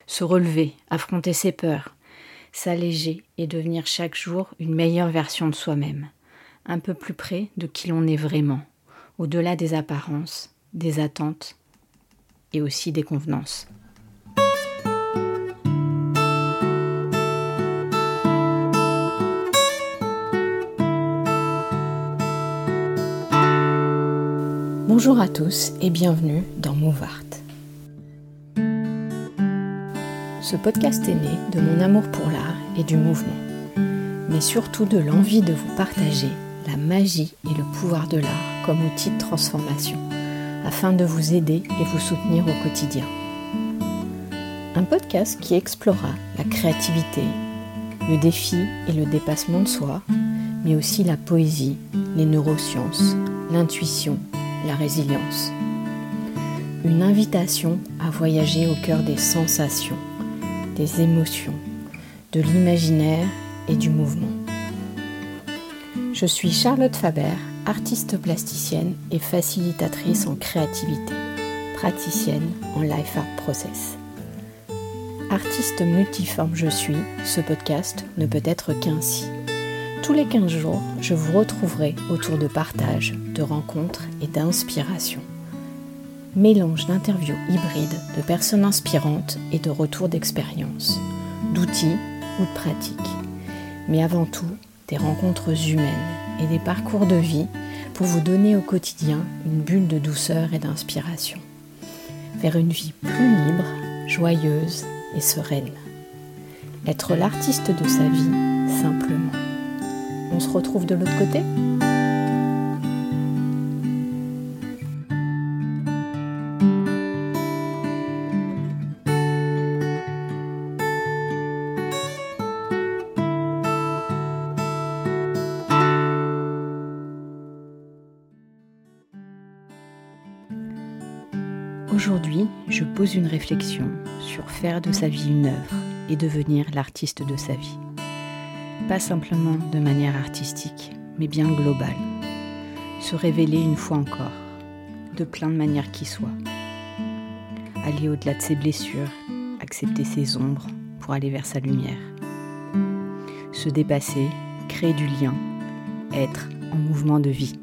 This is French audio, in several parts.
se relever, affronter ses peurs, s'alléger et devenir chaque jour une meilleure version de soi-même, un peu plus près de qui l'on est vraiment, au-delà des apparences, des attentes et aussi des convenances. Bonjour à tous et bienvenue dans Move Art. Ce podcast est né de mon amour pour l'art et du mouvement, mais surtout de l'envie de vous partager la magie et le pouvoir de l'art comme outil de transformation, afin de vous aider et vous soutenir au quotidien. Un podcast qui explorera la créativité, le défi et le dépassement de soi, mais aussi la poésie, les neurosciences, l'intuition, la résilience. Une invitation à voyager au cœur des sensations, des émotions, de l'imaginaire et du mouvement. Je suis Charlotte Faber, artiste plasticienne et facilitatrice en créativité, praticienne en Life Art Process. Artiste multiforme je suis, ce podcast ne peut être qu'ainsi. Tous les 15 jours, je vous retrouverai autour de partage, de rencontres et d'inspiration. Mélange d'interviews hybrides, de personnes inspirantes et de retours d'expérience, d'outils ou de pratiques. Mais avant tout, des rencontres humaines et des parcours de vie pour vous donner au quotidien une bulle de douceur et d'inspiration. Vers une vie plus libre, joyeuse et sereine. Être l'artiste de sa vie, simplement. On se retrouve de l'autre côté ? Aujourd'hui, je pose une réflexion sur faire de sa vie une œuvre et devenir l'artiste de sa vie. Pas simplement de manière artistique, mais bien globale. Se révéler une fois encore, de plein de manières qui soient. Aller au-delà de ses blessures, accepter ses ombres pour aller vers sa lumière. Se dépasser, créer du lien, être en mouvement de vie.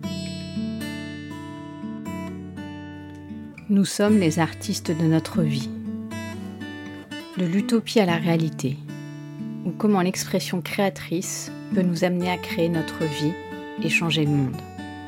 Nous sommes les artistes de notre vie. De l'utopie à la réalité, ou comment l'expression créatrice peut nous amener à créer notre vie et changer le monde.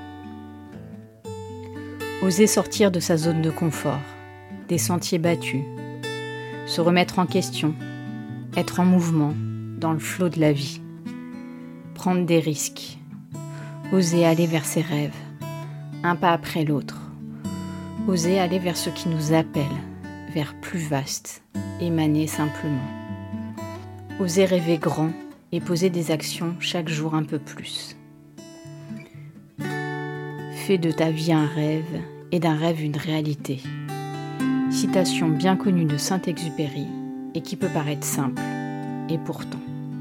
Oser sortir de sa zone de confort, des sentiers battus, se remettre en question, être en mouvement, dans le flot de la vie, prendre des risques, oser aller vers ses rêves, un pas après l'autre, oser aller vers ce qui nous appelle, vers plus vaste, émaner simplement. Oser rêver grand et poser des actions chaque jour un peu plus. Fais de ta vie un rêve et d'un rêve une réalité. Citation bien connue de Saint-Exupéry et qui peut paraître simple, et pourtant.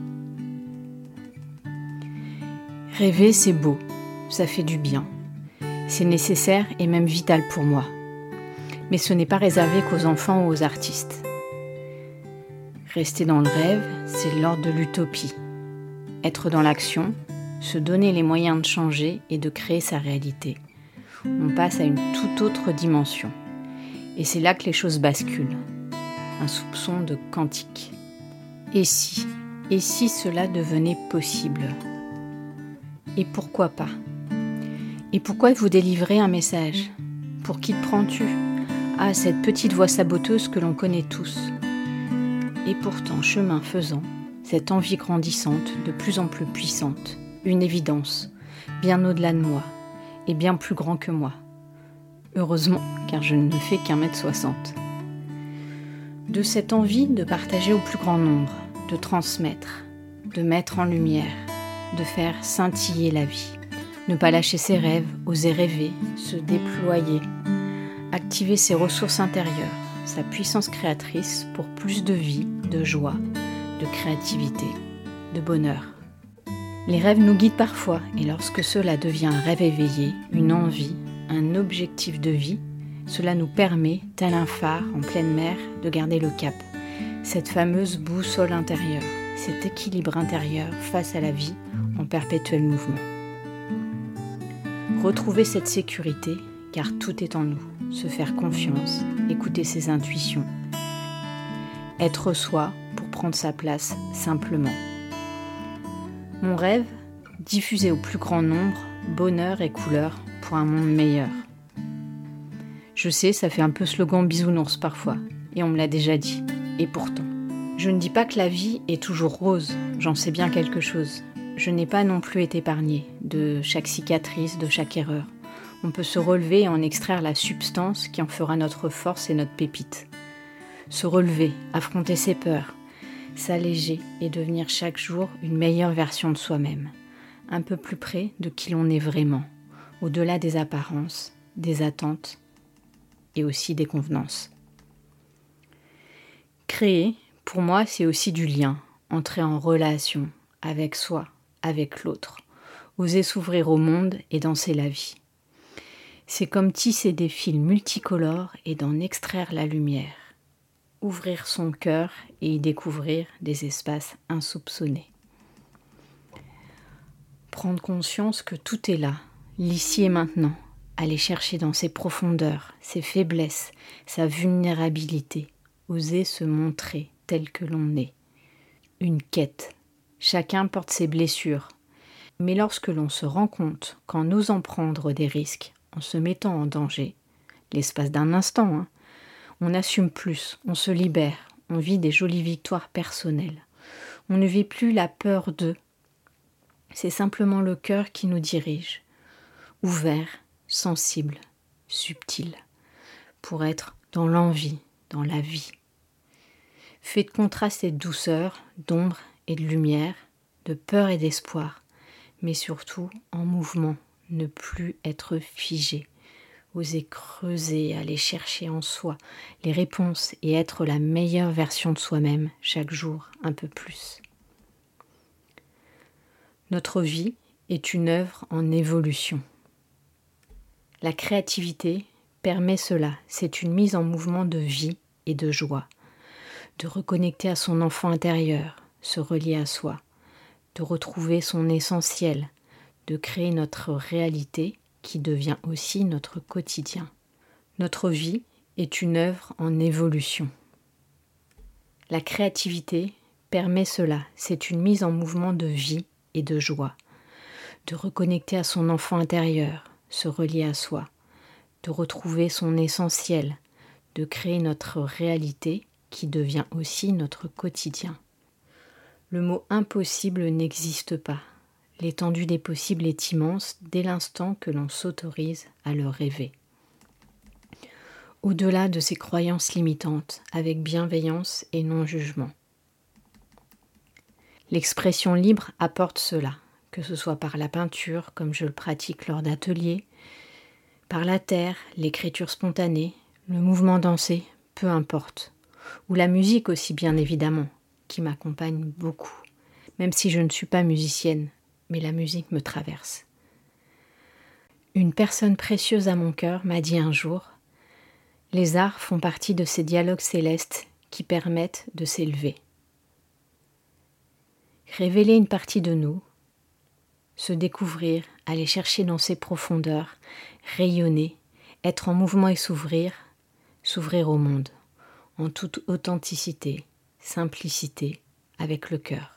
Rêver, c'est beau, ça fait du bien. C'est nécessaire et même vital pour moi. Mais ce n'est pas réservé qu'aux enfants ou aux artistes. Rester dans le rêve, c'est l'ordre de l'utopie. Être dans l'action, se donner les moyens de changer et de créer sa réalité. On passe à une toute autre dimension. Et c'est là que les choses basculent. Un soupçon de quantique. Et si cela devenait possible ? Et pourquoi pas ? Et pourquoi vous délivrer un message ? Pour qui te prends-tu ? Ah, cette petite voix saboteuse que l'on connaît tous. Et pourtant, chemin faisant, cette envie grandissante, de plus en plus puissante, une évidence, bien au-delà de moi, et bien plus grand que moi. Heureusement, car je ne fais qu'1m60. De cette envie de partager au plus grand nombre, de transmettre, de mettre en lumière, de faire scintiller la vie. Ne pas lâcher ses rêves, oser rêver, se déployer, activer ses ressources intérieures, sa puissance créatrice pour plus de vie, de joie, de créativité, de bonheur. Les rêves nous guident parfois, et lorsque cela devient un rêve éveillé, une envie, un objectif de vie, cela nous permet, tel un phare en pleine mer, de garder le cap, cette fameuse boussole intérieure, cet équilibre intérieur face à la vie en perpétuel mouvement. Retrouver cette sécurité, car tout est en nous, se faire confiance, écouter ses intuitions, être soi pour prendre sa place simplement. Mon rêve, diffuser au plus grand nombre bonheur et couleur pour un monde meilleur. Je sais, ça fait un peu slogan bisounours parfois, et on me l'a déjà dit, et pourtant. Je ne dis pas que la vie est toujours rose, j'en sais bien quelque chose. Je n'ai pas non plus été épargnée de chaque cicatrice, de chaque erreur. On peut se relever et en extraire la substance qui en fera notre force et notre pépite. Se relever, affronter ses peurs, s'alléger et devenir chaque jour une meilleure version de soi-même, un peu plus près de qui l'on est vraiment, au-delà des apparences, des attentes et aussi des convenances. Créer, pour moi, c'est aussi du lien, entrer en relation avec soi, avec l'autre, oser s'ouvrir au monde et danser la vie. C'est comme tisser des fils multicolores et d'en extraire la lumière, ouvrir son cœur et y découvrir des espaces insoupçonnés. Prendre conscience que tout est là, l'ici et maintenant, aller chercher dans ses profondeurs, ses faiblesses, sa vulnérabilité, oser se montrer tel que l'on est. Une quête. Chacun porte ses blessures. Mais lorsque l'on se rend compte qu'en osant prendre des risques, en se mettant en danger, l'espace d'un instant, on assume plus, on se libère, on vit des jolies victoires personnelles. On ne vit plus la peur d'eux. C'est simplement le cœur qui nous dirige, ouvert, sensible, subtil, pour être dans l'envie, dans la vie. Fait de contrastes et de douceur, d'ombre et de lumière, de peur et d'espoir, mais surtout en mouvement, ne plus être figé, oser creuser, aller chercher en soi les réponses et être la meilleure version de soi-même chaque jour un peu plus. Notre vie est une œuvre en évolution. La créativité permet cela, c'est une mise en mouvement de vie et de joie, de reconnecter à son enfant intérieur, se relier à soi, de retrouver son essentiel, de créer notre réalité qui devient aussi notre quotidien. Notre vie est une œuvre en évolution. La créativité permet cela, c'est une mise en mouvement de vie et de joie, de reconnecter à son enfant intérieur, se relier à soi, de retrouver son essentiel, de créer notre réalité qui devient aussi notre quotidien. Le mot impossible n'existe pas. L'étendue des possibles est immense dès l'instant que l'on s'autorise à le rêver. Au-delà de ces croyances limitantes, avec bienveillance et non-jugement. L'expression libre apporte cela, que ce soit par la peinture, comme je le pratique lors d'ateliers, par la terre, l'écriture spontanée, le mouvement dansé, peu importe. Ou la musique aussi, bien évidemment, qui m'accompagne beaucoup, même si je ne suis pas musicienne, mais la musique me traverse. Une personne précieuse à mon cœur m'a dit un jour « Les arts font partie de ces dialogues célestes qui permettent de s'élever. » Révéler une partie de nous, se découvrir, aller chercher dans ses profondeurs, rayonner, être en mouvement et s'ouvrir au monde, en toute authenticité, simplicité, avec le cœur.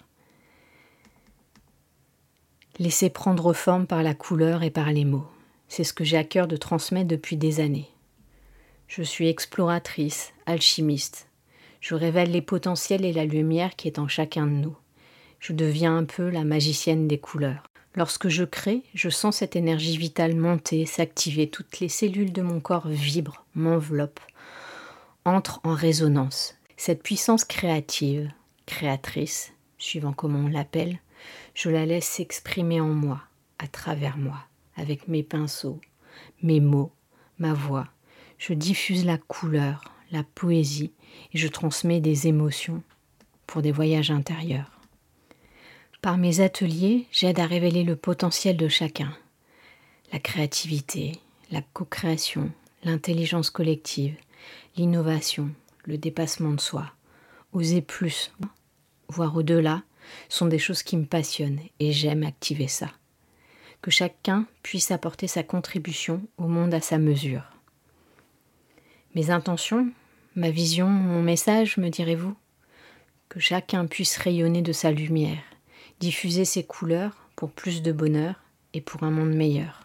Laisser prendre forme par la couleur et par les mots. C'est ce que j'ai à cœur de transmettre depuis des années. Je suis exploratrice, alchimiste. Je révèle les potentiels et la lumière qui est en chacun de nous. Je deviens un peu la magicienne des couleurs. Lorsque je crée, je sens cette énergie vitale monter, s'activer. Toutes les cellules de mon corps vibrent, m'enveloppent, entrent en résonance. Cette puissance créative, créatrice, suivant comment on l'appelle, je la laisse s'exprimer en moi, à travers moi, avec mes pinceaux, mes mots, ma voix. Je diffuse la couleur, la poésie et je transmets des émotions pour des voyages intérieurs. Par mes ateliers, j'aide à révéler le potentiel de chacun. La créativité, la co-création, l'intelligence collective, l'innovation, le dépassement de soi. oser plus, voire au-delà, sont des choses qui me passionnent et j'aime activer ça. Que chacun puisse apporter sa contribution au monde à sa mesure. Mes intentions, ma vision, mon message, me direz-vous ? Que chacun puisse rayonner de sa lumière, diffuser ses couleurs pour plus de bonheur et pour un monde meilleur.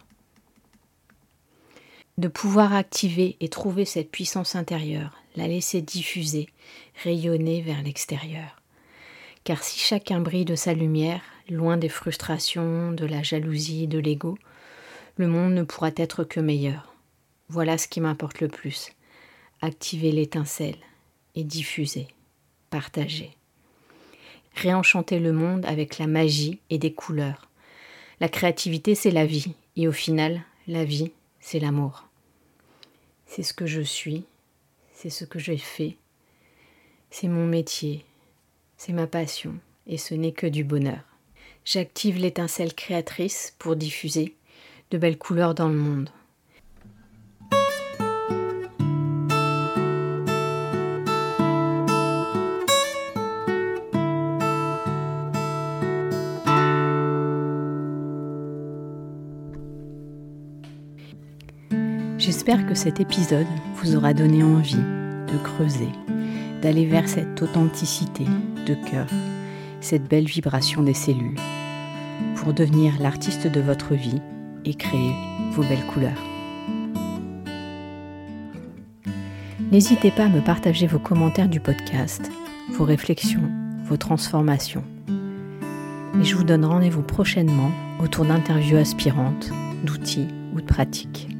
De pouvoir activer et trouver cette puissance intérieure, la laisser diffuser, rayonner vers l'extérieur. Car si chacun brille de sa lumière, loin des frustrations, de la jalousie, de l'ego, le monde ne pourra être que meilleur. Voilà ce qui m'importe le plus. Activer l'étincelle et diffuser, partager. Réenchanter le monde avec la magie et des couleurs. La créativité, c'est la vie. Et au final, la vie, c'est l'amour. C'est ce que je suis, c'est ce que j'ai fait, c'est mon métier, c'est ma passion et ce n'est que du bonheur. J'active l'étincelle créatrice pour diffuser de belles couleurs dans le monde. J'espère que cet épisode vous aura donné envie de creuser, d'aller vers cette authenticité de cœur, cette belle vibration des cellules, pour devenir l'artiste de votre vie et créer vos belles couleurs. N'hésitez pas à me partager vos commentaires du podcast, vos réflexions, vos transformations. Et je vous donne rendez-vous prochainement autour d'interviews aspirantes, d'outils ou de pratiques.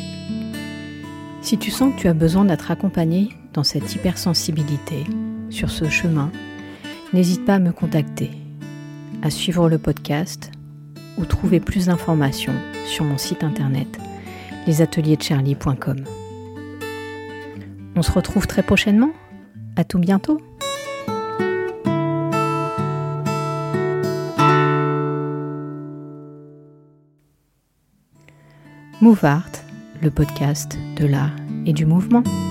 Si tu sens que tu as besoin d'être accompagné dans cette hypersensibilité, sur ce chemin, n'hésite pas à me contacter, à suivre le podcast ou trouver plus d'informations sur mon site internet lesatelierdecharlie.com. On se retrouve très prochainement. À tout bientôt. Move Art, le podcast de l'art et du mouvement.